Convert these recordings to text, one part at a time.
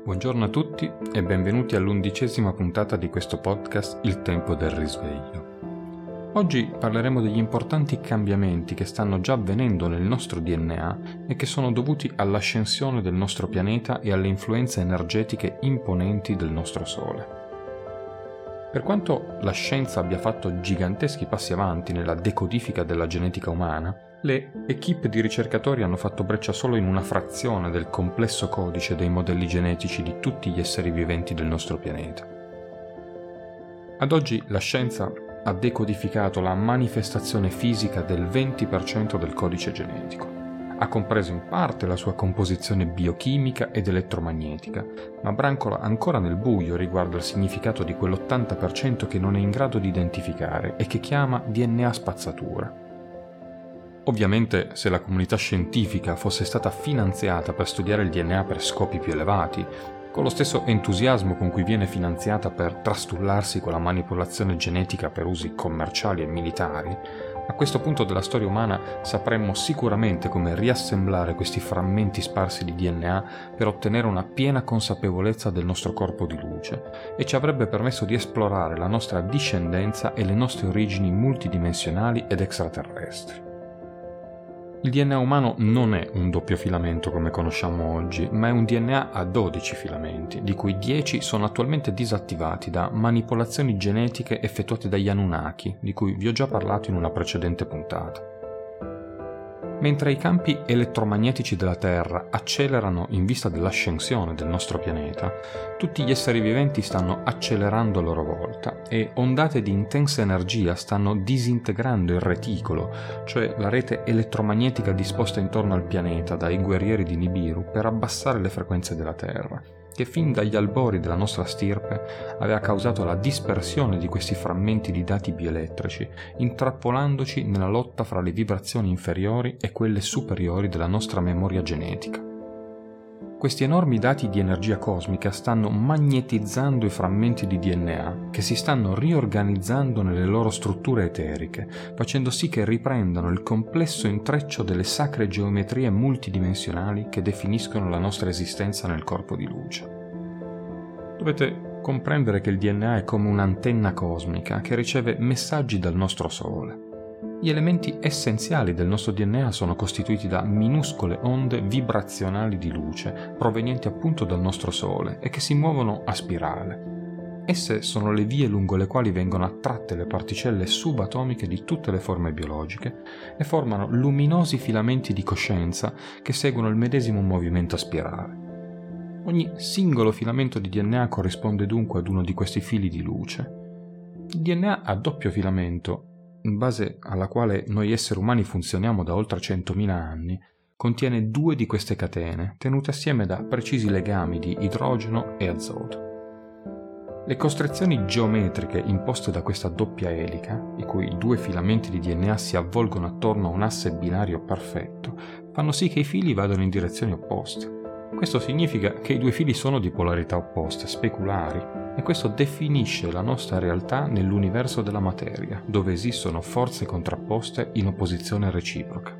Buongiorno a tutti e benvenuti all'11ª puntata di questo podcast Il tempo del risveglio. Oggi parleremo degli importanti cambiamenti che stanno già avvenendo nel nostro DNA e che sono dovuti all'ascensione del nostro pianeta e alle influenze energetiche imponenti del nostro Sole. Per quanto la scienza abbia fatto giganteschi passi avanti nella decodifica della genetica umana, le equip di ricercatori hanno fatto breccia solo in una frazione del complesso codice dei modelli genetici di tutti gli esseri viventi del nostro pianeta. Ad oggi la scienza ha decodificato la manifestazione fisica del 20% del codice genetico. Ha compreso in parte la sua composizione biochimica ed elettromagnetica, ma brancola ancora nel buio riguardo al significato di quell'80% che non è in grado di identificare e che chiama DNA spazzatura. Ovviamente, se la comunità scientifica fosse stata finanziata per studiare il DNA per scopi più elevati, con lo stesso entusiasmo con cui viene finanziata per trastullarsi con la manipolazione genetica per usi commerciali e militari, a questo punto della storia umana sapremmo sicuramente come riassemblare questi frammenti sparsi di DNA per ottenere una piena consapevolezza del nostro corpo di luce e ci avrebbe permesso di esplorare la nostra discendenza e le nostre origini multidimensionali ed extraterrestri. Il DNA umano non è un doppio filamento come conosciamo oggi, ma è un DNA a 12 filamenti, di cui 10 sono attualmente disattivati da manipolazioni genetiche effettuate dagli Anunnaki, di cui vi ho già parlato in una precedente puntata. Mentre i campi elettromagnetici della Terra accelerano in vista dell'ascensione del nostro pianeta, tutti gli esseri viventi stanno accelerando a loro volta e ondate di intensa energia stanno disintegrando il reticolo, cioè la rete elettromagnetica disposta intorno al pianeta dai guerrieri di Nibiru per abbassare le frequenze della Terra, che fin dagli albori della nostra stirpe aveva causato la dispersione di questi frammenti di dati bioelettrici, intrappolandoci nella lotta fra le vibrazioni inferiori e quelle superiori della nostra memoria genetica. Questi enormi dati di energia cosmica stanno magnetizzando i frammenti di DNA che si stanno riorganizzando nelle loro strutture eteriche, facendo sì che riprendano il complesso intreccio delle sacre geometrie multidimensionali che definiscono la nostra esistenza nel corpo di luce. Dovete comprendere che il DNA è come un'antenna cosmica che riceve messaggi dal nostro Sole. Gli elementi essenziali del nostro DNA sono costituiti da minuscole onde vibrazionali di luce provenienti appunto dal nostro Sole e che si muovono a spirale. Esse sono le vie lungo le quali vengono attratte le particelle subatomiche di tutte le forme biologiche e formano luminosi filamenti di coscienza che seguono il medesimo movimento a spirale. Ogni singolo filamento di DNA corrisponde dunque ad uno di questi fili di luce. Il DNA a doppio filamento, in base alla quale noi esseri umani funzioniamo da oltre 100.000 anni, contiene 2 di queste catene, tenute assieme da precisi legami di idrogeno e azoto. Le costrizioni geometriche imposte da questa doppia elica, i cui 2 filamenti di DNA si avvolgono attorno a un asse binario perfetto, fanno sì che i fili vadano in direzioni opposte. Questo significa che i 2 fili sono di polarità opposte, speculari, e questo definisce la nostra realtà nell'universo della materia, dove esistono forze contrapposte in opposizione reciproca.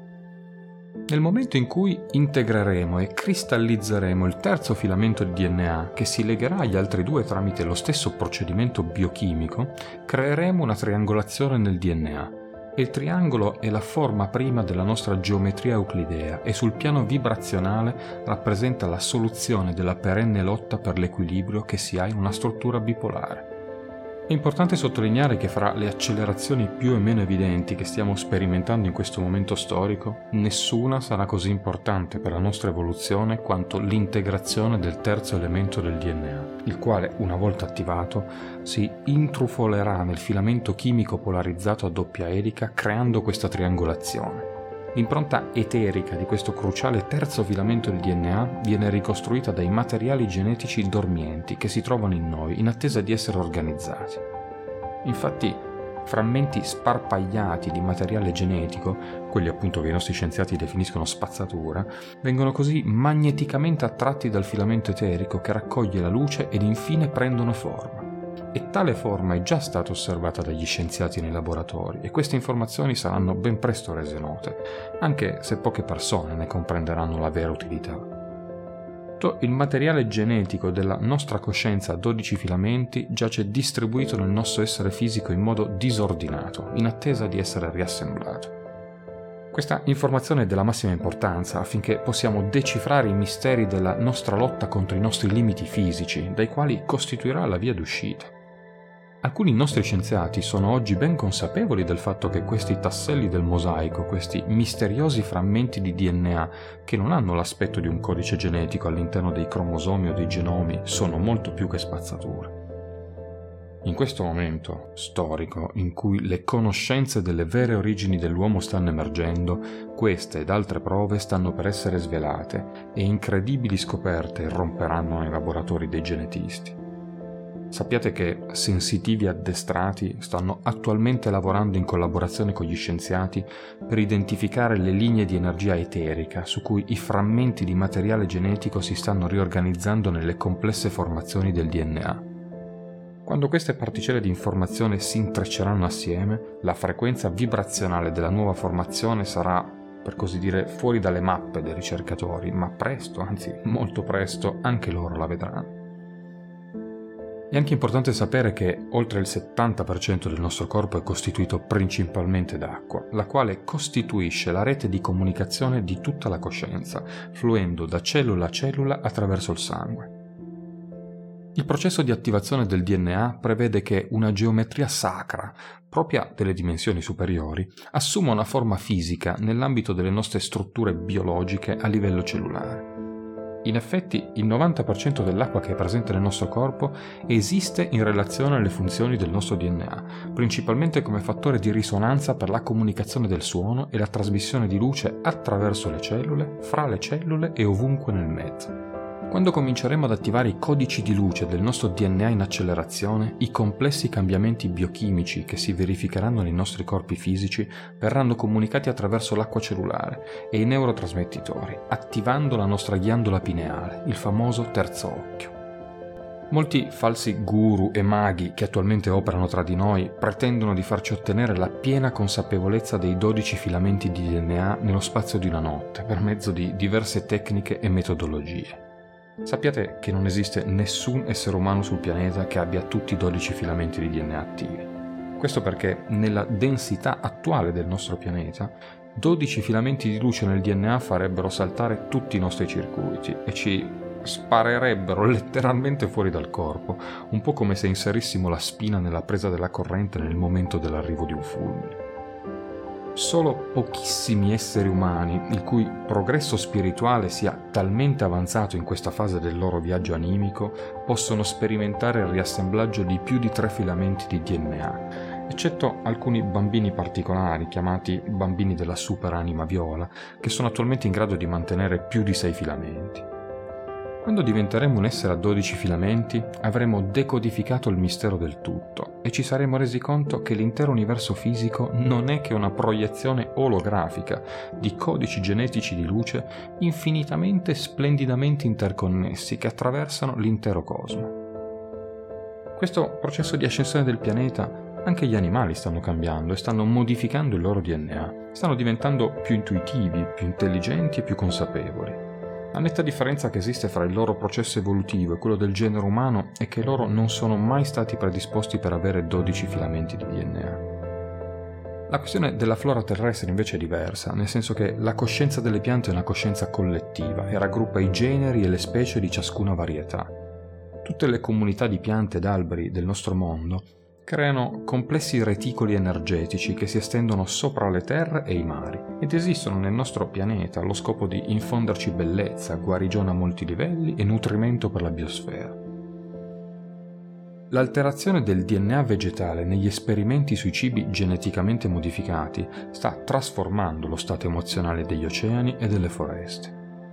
Nel momento in cui integreremo e cristallizzeremo il terzo filamento di DNA, che si legherà agli altri 2 tramite lo stesso procedimento biochimico, creeremo una triangolazione nel DNA. Il triangolo è la forma prima della nostra geometria euclidea e sul piano vibrazionale rappresenta la soluzione della perenne lotta per l'equilibrio che si ha in una struttura bipolare. È importante sottolineare che fra le accelerazioni più e meno evidenti che stiamo sperimentando in questo momento storico, nessuna sarà così importante per la nostra evoluzione quanto l'integrazione del terzo elemento del DNA, il quale, una volta attivato, si intrufolerà nel filamento chimico polarizzato a doppia elica, creando questa triangolazione. L'impronta eterica di questo cruciale terzo filamento di DNA viene ricostruita dai materiali genetici dormienti che si trovano in noi, in attesa di essere organizzati. Infatti, frammenti sparpagliati di materiale genetico, quelli appunto che i nostri scienziati definiscono spazzatura, vengono così magneticamente attratti dal filamento eterico che raccoglie la luce ed infine prendono forma. E tale forma è già stata osservata dagli scienziati nei laboratori e queste informazioni saranno ben presto rese note, anche se poche persone ne comprenderanno la vera utilità. tutto il materiale genetico della nostra coscienza a 12 filamenti giace distribuito nel nostro essere fisico in modo disordinato, in attesa di essere riassemblato. Questa informazione è della massima importanza affinché possiamo decifrare i misteri della nostra lotta contro i nostri limiti fisici, dai quali costituirà la via d'uscita. Alcuni nostri scienziati sono oggi ben consapevoli del fatto che questi tasselli del mosaico, questi misteriosi frammenti di DNA che non hanno l'aspetto di un codice genetico all'interno dei cromosomi o dei genomi, sono molto più che spazzature. In questo momento storico in cui le conoscenze delle vere origini dell'uomo stanno emergendo, queste ed altre prove stanno per essere svelate e incredibili scoperte irromperanno nei laboratori dei genetisti. Sappiate che sensitivi addestrati stanno attualmente lavorando in collaborazione con gli scienziati per identificare le linee di energia eterica su cui i frammenti di materiale genetico si stanno riorganizzando nelle complesse formazioni del DNA. Quando queste particelle di informazione si intrecceranno assieme, la frequenza vibrazionale della nuova formazione sarà, per così dire, fuori dalle mappe dei ricercatori, ma presto, anzi molto presto, anche loro la vedranno. È anche importante sapere che oltre il 70% del nostro corpo è costituito principalmente d'acqua, la quale costituisce la rete di comunicazione di tutta la coscienza, fluendo da cellula a cellula attraverso il sangue. Il processo di attivazione del DNA prevede che una geometria sacra, propria delle dimensioni superiori, assuma una forma fisica nell'ambito delle nostre strutture biologiche a livello cellulare. In effetti, il 90% dell'acqua che è presente nel nostro corpo esiste in relazione alle funzioni del nostro DNA, principalmente come fattore di risonanza per la comunicazione del suono e la trasmissione di luce attraverso le cellule, fra le cellule e ovunque nel mezzo. Quando cominceremo ad attivare i codici di luce del nostro DNA in accelerazione, i complessi cambiamenti biochimici che si verificheranno nei nostri corpi fisici verranno comunicati attraverso l'acqua cellulare e i neurotrasmettitori, attivando la nostra ghiandola pineale, il famoso terzo occhio. Molti falsi guru e maghi che attualmente operano tra di noi pretendono di farci ottenere la piena consapevolezza dei 12 filamenti di DNA nello spazio di una notte per mezzo di diverse tecniche e metodologie. Sappiate che non esiste nessun essere umano sul pianeta che abbia tutti i 12 filamenti di DNA attivi. Questo perché nella densità attuale del nostro pianeta, 12 filamenti di luce nel DNA farebbero saltare tutti i nostri circuiti e ci sparerebbero letteralmente fuori dal corpo, un po' come se inserissimo la spina nella presa della corrente nel momento dell'arrivo di un fulmine. Solo pochissimi esseri umani, il cui progresso spirituale sia talmente avanzato in questa fase del loro viaggio animico, possono sperimentare il riassemblaggio di più di 3 filamenti di DNA, eccetto alcuni bambini particolari, chiamati bambini della superanima viola, che sono attualmente in grado di mantenere più di 6 filamenti. Quando diventeremo un essere a 12 filamenti, avremo decodificato il mistero del tutto e ci saremo resi conto che l'intero universo fisico non è che una proiezione olografica di codici genetici di luce infinitamente splendidamente interconnessi che attraversano l'intero cosmo. Questo processo di ascensione del pianeta, anche gli animali stanno cambiando e stanno modificando il loro DNA, stanno diventando più intuitivi, più intelligenti e più consapevoli. La netta differenza che esiste fra il loro processo evolutivo e quello del genere umano è che loro non sono mai stati predisposti per avere 12 filamenti di DNA. La questione della flora terrestre invece è diversa, nel senso che la coscienza delle piante è una coscienza collettiva e raggruppa i generi e le specie di ciascuna varietà. Tutte le comunità di piante ed alberi del nostro mondo creano complessi reticoli energetici che si estendono sopra le terre e i mari ed esistono nel nostro pianeta allo scopo di infonderci bellezza, guarigione a molti livelli e nutrimento per la biosfera. L'alterazione del DNA vegetale negli esperimenti sui cibi geneticamente modificati sta trasformando lo stato emozionale degli oceani e delle foreste.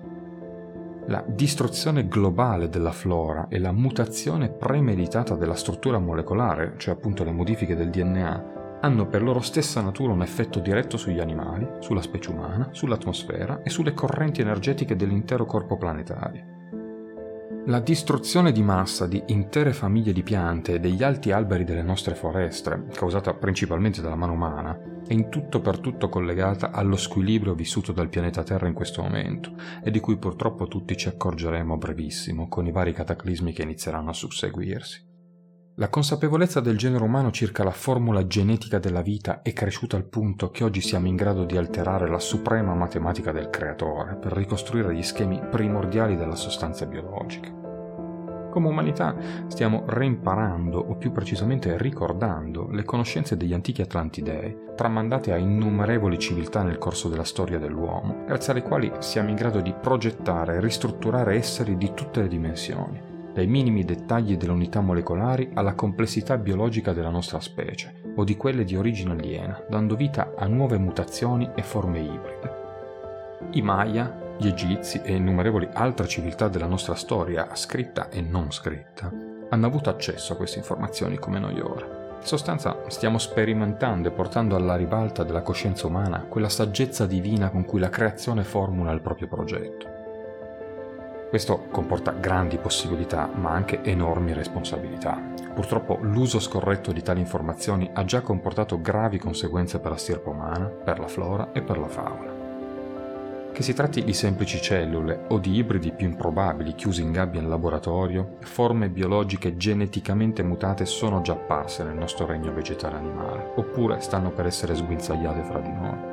La distruzione globale della flora e la mutazione premeditata della struttura molecolare, cioè appunto le modifiche del DNA, hanno per loro stessa natura un effetto diretto sugli animali, sulla specie umana, sull'atmosfera e sulle correnti energetiche dell'intero corpo planetario. La distruzione di massa di intere famiglie di piante e degli alti alberi delle nostre foreste, causata principalmente dalla mano umana, è in tutto per tutto collegata allo squilibrio vissuto dal pianeta Terra in questo momento e di cui purtroppo tutti ci accorgeremo a brevissimo con i vari cataclismi che inizieranno a susseguirsi. La consapevolezza del genere umano circa la formula genetica della vita è cresciuta al punto che oggi siamo in grado di alterare la suprema matematica del creatore per ricostruire gli schemi primordiali della sostanza biologica. Come umanità stiamo reimparando, o più precisamente ricordando, le conoscenze degli antichi Atlantidei, tramandate a innumerevoli civiltà nel corso della storia dell'uomo, grazie alle quali siamo in grado di progettare e ristrutturare esseri di tutte le dimensioni, dai minimi dettagli delle unità molecolari alla complessità biologica della nostra specie, o di quelle di origine aliena, dando vita a nuove mutazioni e forme ibride. I Maya, gli Egizi e innumerevoli altre civiltà della nostra storia, scritta e non scritta, hanno avuto accesso a queste informazioni come noi ora. In sostanza stiamo sperimentando e portando alla ribalta della coscienza umana quella saggezza divina con cui la creazione formula il proprio progetto. Questo comporta grandi possibilità, ma anche enormi responsabilità. Purtroppo l'uso scorretto di tali informazioni ha già comportato gravi conseguenze per la stirpe umana, per la flora e per la fauna. Che si tratti di semplici cellule o di ibridi più improbabili chiusi in gabbie in laboratorio, forme biologiche geneticamente mutate sono già apparse nel nostro regno vegetale animale, oppure stanno per essere sguinzagliate fra di noi.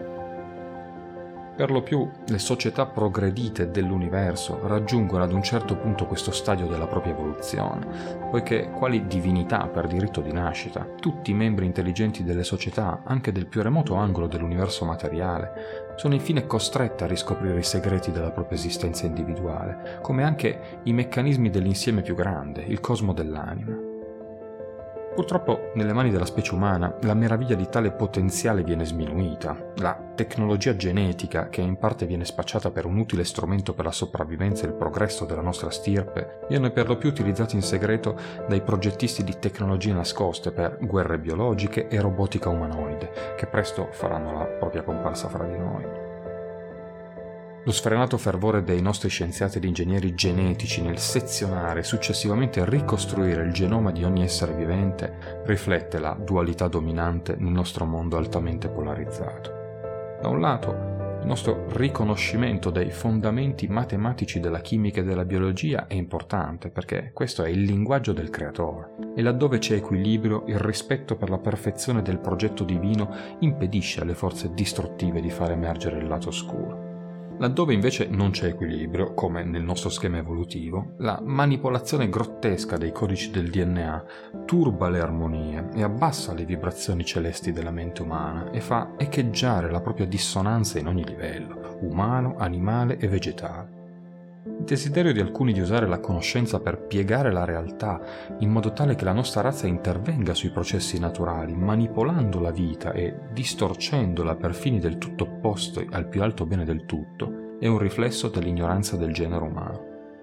Per lo più, le società progredite dell'universo raggiungono ad un certo punto questo stadio della propria evoluzione, poiché, quali divinità per diritto di nascita, tutti i membri intelligenti delle società, anche del più remoto angolo dell'universo materiale, sono infine costretti a riscoprire i segreti della propria esistenza individuale, come anche i meccanismi dell'insieme più grande, il cosmo dell'anima. Purtroppo, nelle mani della specie umana, la meraviglia di tale potenziale viene sminuita. La tecnologia genetica, che in parte viene spacciata per un utile strumento per la sopravvivenza e il progresso della nostra stirpe, viene per lo più utilizzata in segreto dai progettisti di tecnologie nascoste per guerre biologiche e robotica umanoide, che presto faranno la propria comparsa fra di noi. Lo sfrenato fervore dei nostri scienziati ed ingegneri genetici nel sezionare e successivamente ricostruire il genoma di ogni essere vivente riflette la dualità dominante nel nostro mondo altamente polarizzato. Da un lato, il nostro riconoscimento dei fondamenti matematici della chimica e della biologia è importante perché questo è il linguaggio del creatore e laddove c'è equilibrio, il rispetto per la perfezione del progetto divino impedisce alle forze distruttive di far emergere il lato oscuro. Laddove invece non c'è equilibrio, come nel nostro schema evolutivo, la manipolazione grottesca dei codici del DNA turba le armonie e abbassa le vibrazioni celesti della mente umana e fa echeggiare la propria dissonanza in ogni livello, umano, animale e vegetale. Il desiderio di alcuni di usare la conoscenza per piegare la realtà in modo tale che la nostra razza intervenga sui processi naturali, manipolando la vita e distorcendola per fini del tutto opposti al più alto bene del tutto, è un riflesso dell'ignoranza del genere umano.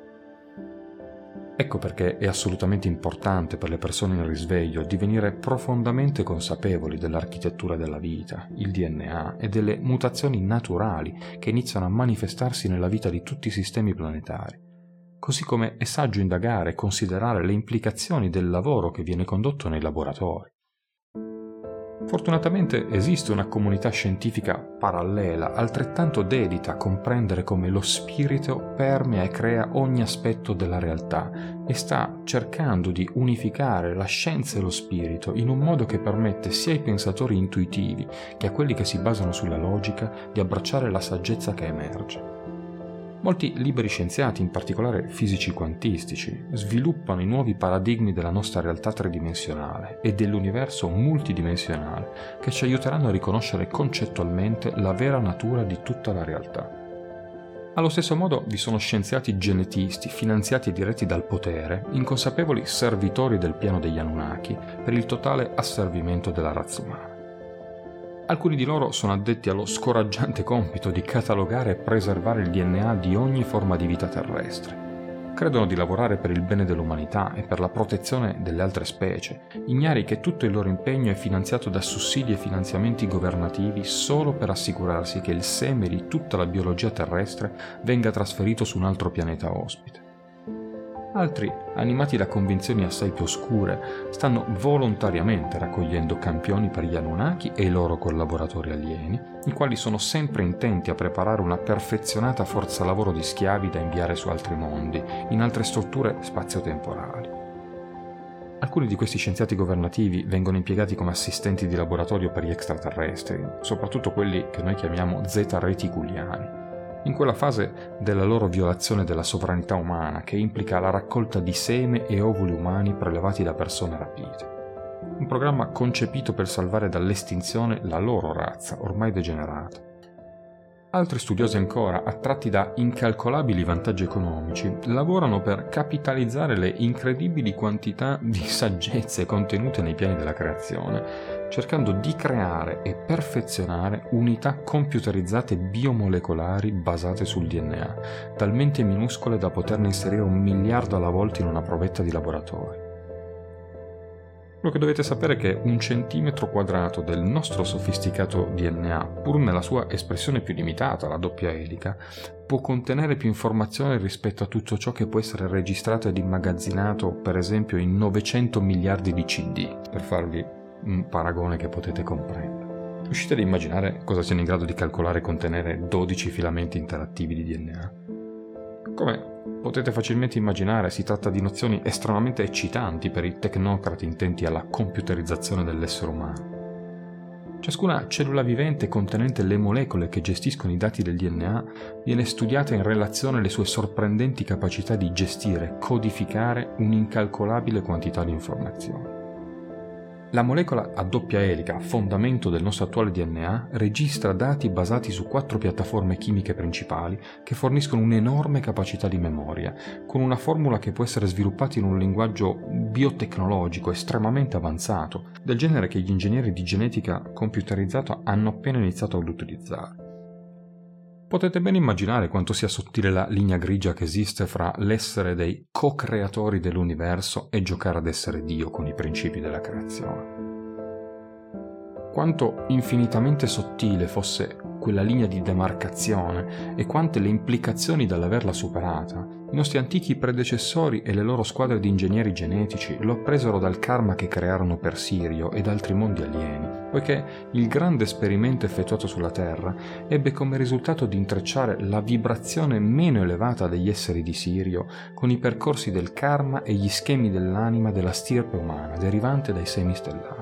Ecco perché è assolutamente importante per le persone in risveglio divenire profondamente consapevoli dell'architettura della vita, il DNA e delle mutazioni naturali che iniziano a manifestarsi nella vita di tutti i sistemi planetari. Così come è saggio indagare e considerare le implicazioni del lavoro che viene condotto nei laboratori. Fortunatamente esiste una comunità scientifica parallela, altrettanto dedita a comprendere come lo spirito permea e crea ogni aspetto della realtà e sta cercando di unificare la scienza e lo spirito in un modo che permette sia ai pensatori intuitivi che a quelli che si basano sulla logica di abbracciare la saggezza che emerge. Molti liberi scienziati, in particolare fisici quantistici, sviluppano i nuovi paradigmi della nostra realtà tridimensionale e dell'universo multidimensionale che ci aiuteranno a riconoscere concettualmente la vera natura di tutta la realtà. Allo stesso modo vi sono scienziati genetisti finanziati e diretti dal potere, inconsapevoli servitori del piano degli Anunnaki per il totale asservimento della razza umana. Alcuni di loro sono addetti allo scoraggiante compito di catalogare e preservare il DNA di ogni forma di vita terrestre. Credono di lavorare per il bene dell'umanità e per la protezione delle altre specie, ignari che tutto il loro impegno è finanziato da sussidi e finanziamenti governativi solo per assicurarsi che il seme di tutta la biologia terrestre venga trasferito su un altro pianeta ospite. Altri, animati da convinzioni assai più oscure, stanno volontariamente raccogliendo campioni per gli Anunnaki e i loro collaboratori alieni, i quali sono sempre intenti a preparare una perfezionata forza lavoro di schiavi da inviare su altri mondi, in altre strutture spazio-temporali. Alcuni di questi scienziati governativi vengono impiegati come assistenti di laboratorio per gli extraterrestri, soprattutto quelli che noi chiamiamo zeta reticuliani, in quella fase della loro violazione della sovranità umana che implica la raccolta di seme e ovuli umani prelevati da persone rapite. Un programma concepito per salvare dall'estinzione la loro razza, ormai degenerata. Altri studiosi ancora, attratti da incalcolabili vantaggi economici, lavorano per capitalizzare le incredibili quantità di saggezze contenute nei piani della creazione, cercando di creare e perfezionare unità computerizzate biomolecolari basate sul DNA, talmente minuscole da poterne inserire 1 miliardo alla volta in una provetta di laboratorio. Quello che dovete sapere è che 1 centimetro quadrato del nostro sofisticato DNA, pur nella sua espressione più limitata, la doppia elica, può contenere più informazioni rispetto a tutto ciò che può essere registrato ed immagazzinato, per esempio, in 900 miliardi di CD, per farvi un paragone che potete comprendere. Riuscite ad immaginare cosa siano in grado di calcolare e contenere 12 filamenti interattivi di DNA? Come potete facilmente immaginare, si tratta di nozioni estremamente eccitanti per i tecnocrati intenti alla computerizzazione dell'essere umano. Ciascuna cellula vivente contenente le molecole che gestiscono i dati del DNA viene studiata in relazione alle sue sorprendenti capacità di gestire, codificare un'incalcolabile quantità di informazioni. La molecola a doppia elica, fondamento del nostro attuale DNA, registra dati basati su 4 piattaforme chimiche principali che forniscono un'enorme capacità di memoria, con una formula che può essere sviluppata in un linguaggio biotecnologico estremamente avanzato, del genere che gli ingegneri di genetica computerizzata hanno appena iniziato ad utilizzare. Potete ben immaginare quanto sia sottile la linea grigia che esiste fra l'essere dei co-creatori dell'universo e giocare ad essere Dio con i principi della creazione. Quanto infinitamente sottile fosse quella linea di demarcazione e quante le implicazioni dall'averla superata, i nostri antichi predecessori e le loro squadre di ingegneri genetici lo appresero dal karma che crearono per Sirio ed altri mondi alieni, poiché il grande esperimento effettuato sulla Terra ebbe come risultato di intrecciare la vibrazione meno elevata degli esseri di Sirio con i percorsi del karma e gli schemi dell'anima della stirpe umana derivante dai semi stellari.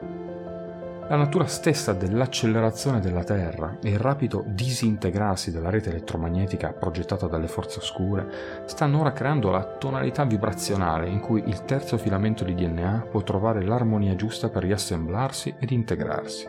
La natura stessa dell'accelerazione della Terra e il rapido disintegrarsi della rete elettromagnetica progettata dalle forze oscure stanno ora creando la tonalità vibrazionale in cui il terzo filamento di DNA può trovare l'armonia giusta per riassemblarsi ed integrarsi.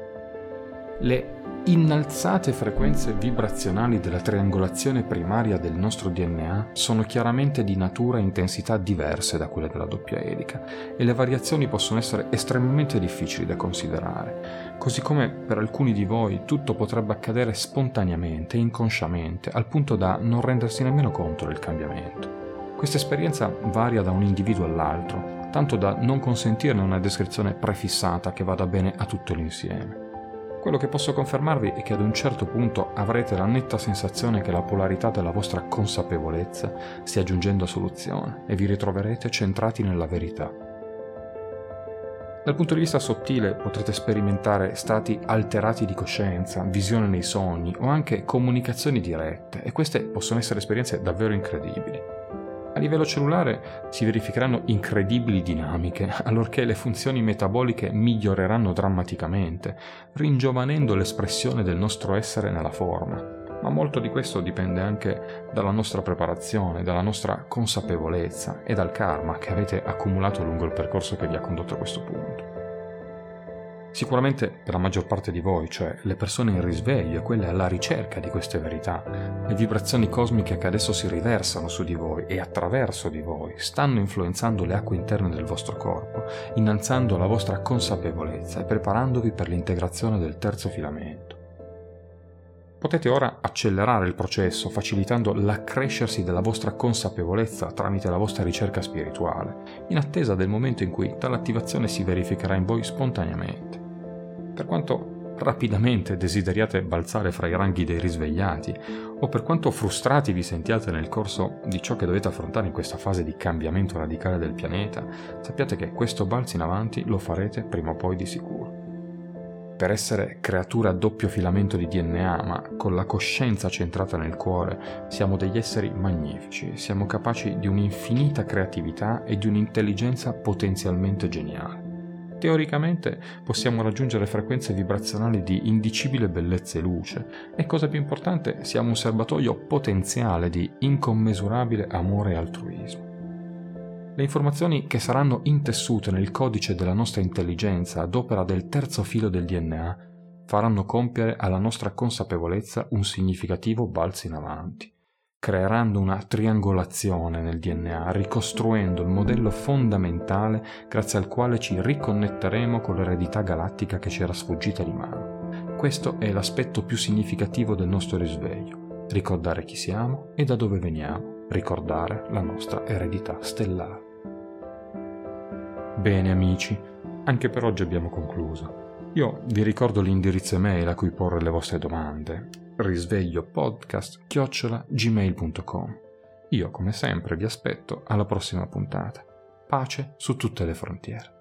Le innalzate frequenze vibrazionali della triangolazione primaria del nostro DNA sono chiaramente di natura e intensità diverse da quelle della doppia elica e le variazioni possono essere estremamente difficili da considerare, così come per alcuni di voi tutto potrebbe accadere spontaneamente e inconsciamente al punto da non rendersi nemmeno conto del cambiamento. Questa esperienza varia da un individuo all'altro, tanto da non consentirne una descrizione prefissata che vada bene a tutto l'insieme. Quello che posso confermarvi è che ad un certo punto avrete la netta sensazione che la polarità della vostra consapevolezza stia giungendo a soluzione e vi ritroverete centrati nella verità. Dal punto di vista sottile potrete sperimentare stati alterati di coscienza, visione nei sogni o anche comunicazioni dirette, e queste possono essere esperienze davvero incredibili. A livello cellulare si verificheranno incredibili dinamiche, allorché le funzioni metaboliche miglioreranno drammaticamente, ringiovanendo l'espressione del nostro essere nella forma. Ma molto di questo dipende anche dalla nostra preparazione, dalla nostra consapevolezza e dal karma che avete accumulato lungo il percorso che vi ha condotto a questo punto. Sicuramente per la maggior parte di voi, cioè le persone in risveglio e quelle alla ricerca di queste verità, le vibrazioni cosmiche che adesso si riversano su di voi e attraverso di voi stanno influenzando le acque interne del vostro corpo, innalzando la vostra consapevolezza e preparandovi per l'integrazione del terzo filamento. Potete ora accelerare il processo facilitando l'accrescersi della vostra consapevolezza tramite la vostra ricerca spirituale, in attesa del momento in cui tale attivazione si verificherà in voi spontaneamente. Per quanto rapidamente desideriate balzare fra i ranghi dei risvegliati, o per quanto frustrati vi sentiate nel corso di ciò che dovete affrontare in questa fase di cambiamento radicale del pianeta, sappiate che questo balzo in avanti lo farete prima o poi di sicuro. Per essere creature a doppio filamento di DNA, ma con la coscienza centrata nel cuore, siamo degli esseri magnifici, siamo capaci di un'infinita creatività e di un'intelligenza potenzialmente geniale. Teoricamente possiamo raggiungere frequenze vibrazionali di indicibile bellezza e luce, e cosa più importante, siamo un serbatoio potenziale di incommensurabile amore e altruismo. Le informazioni che saranno intessute nel codice della nostra intelligenza ad opera del terzo filo del DNA faranno compiere alla nostra consapevolezza un significativo balzo in avanti, creeranno una triangolazione nel DNA, ricostruendo il modello fondamentale grazie al quale ci riconnetteremo con l'eredità galattica che ci era sfuggita di mano. Questo è l'aspetto più significativo del nostro risveglio: ricordare chi siamo e da dove veniamo, ricordare la nostra eredità stellare. Bene amici, anche per oggi abbiamo concluso. Io vi ricordo l'indirizzo email a cui porre le vostre domande: risvegliopodcast@gmail.com. Io come sempre vi aspetto alla prossima puntata. Pace su tutte le frontiere.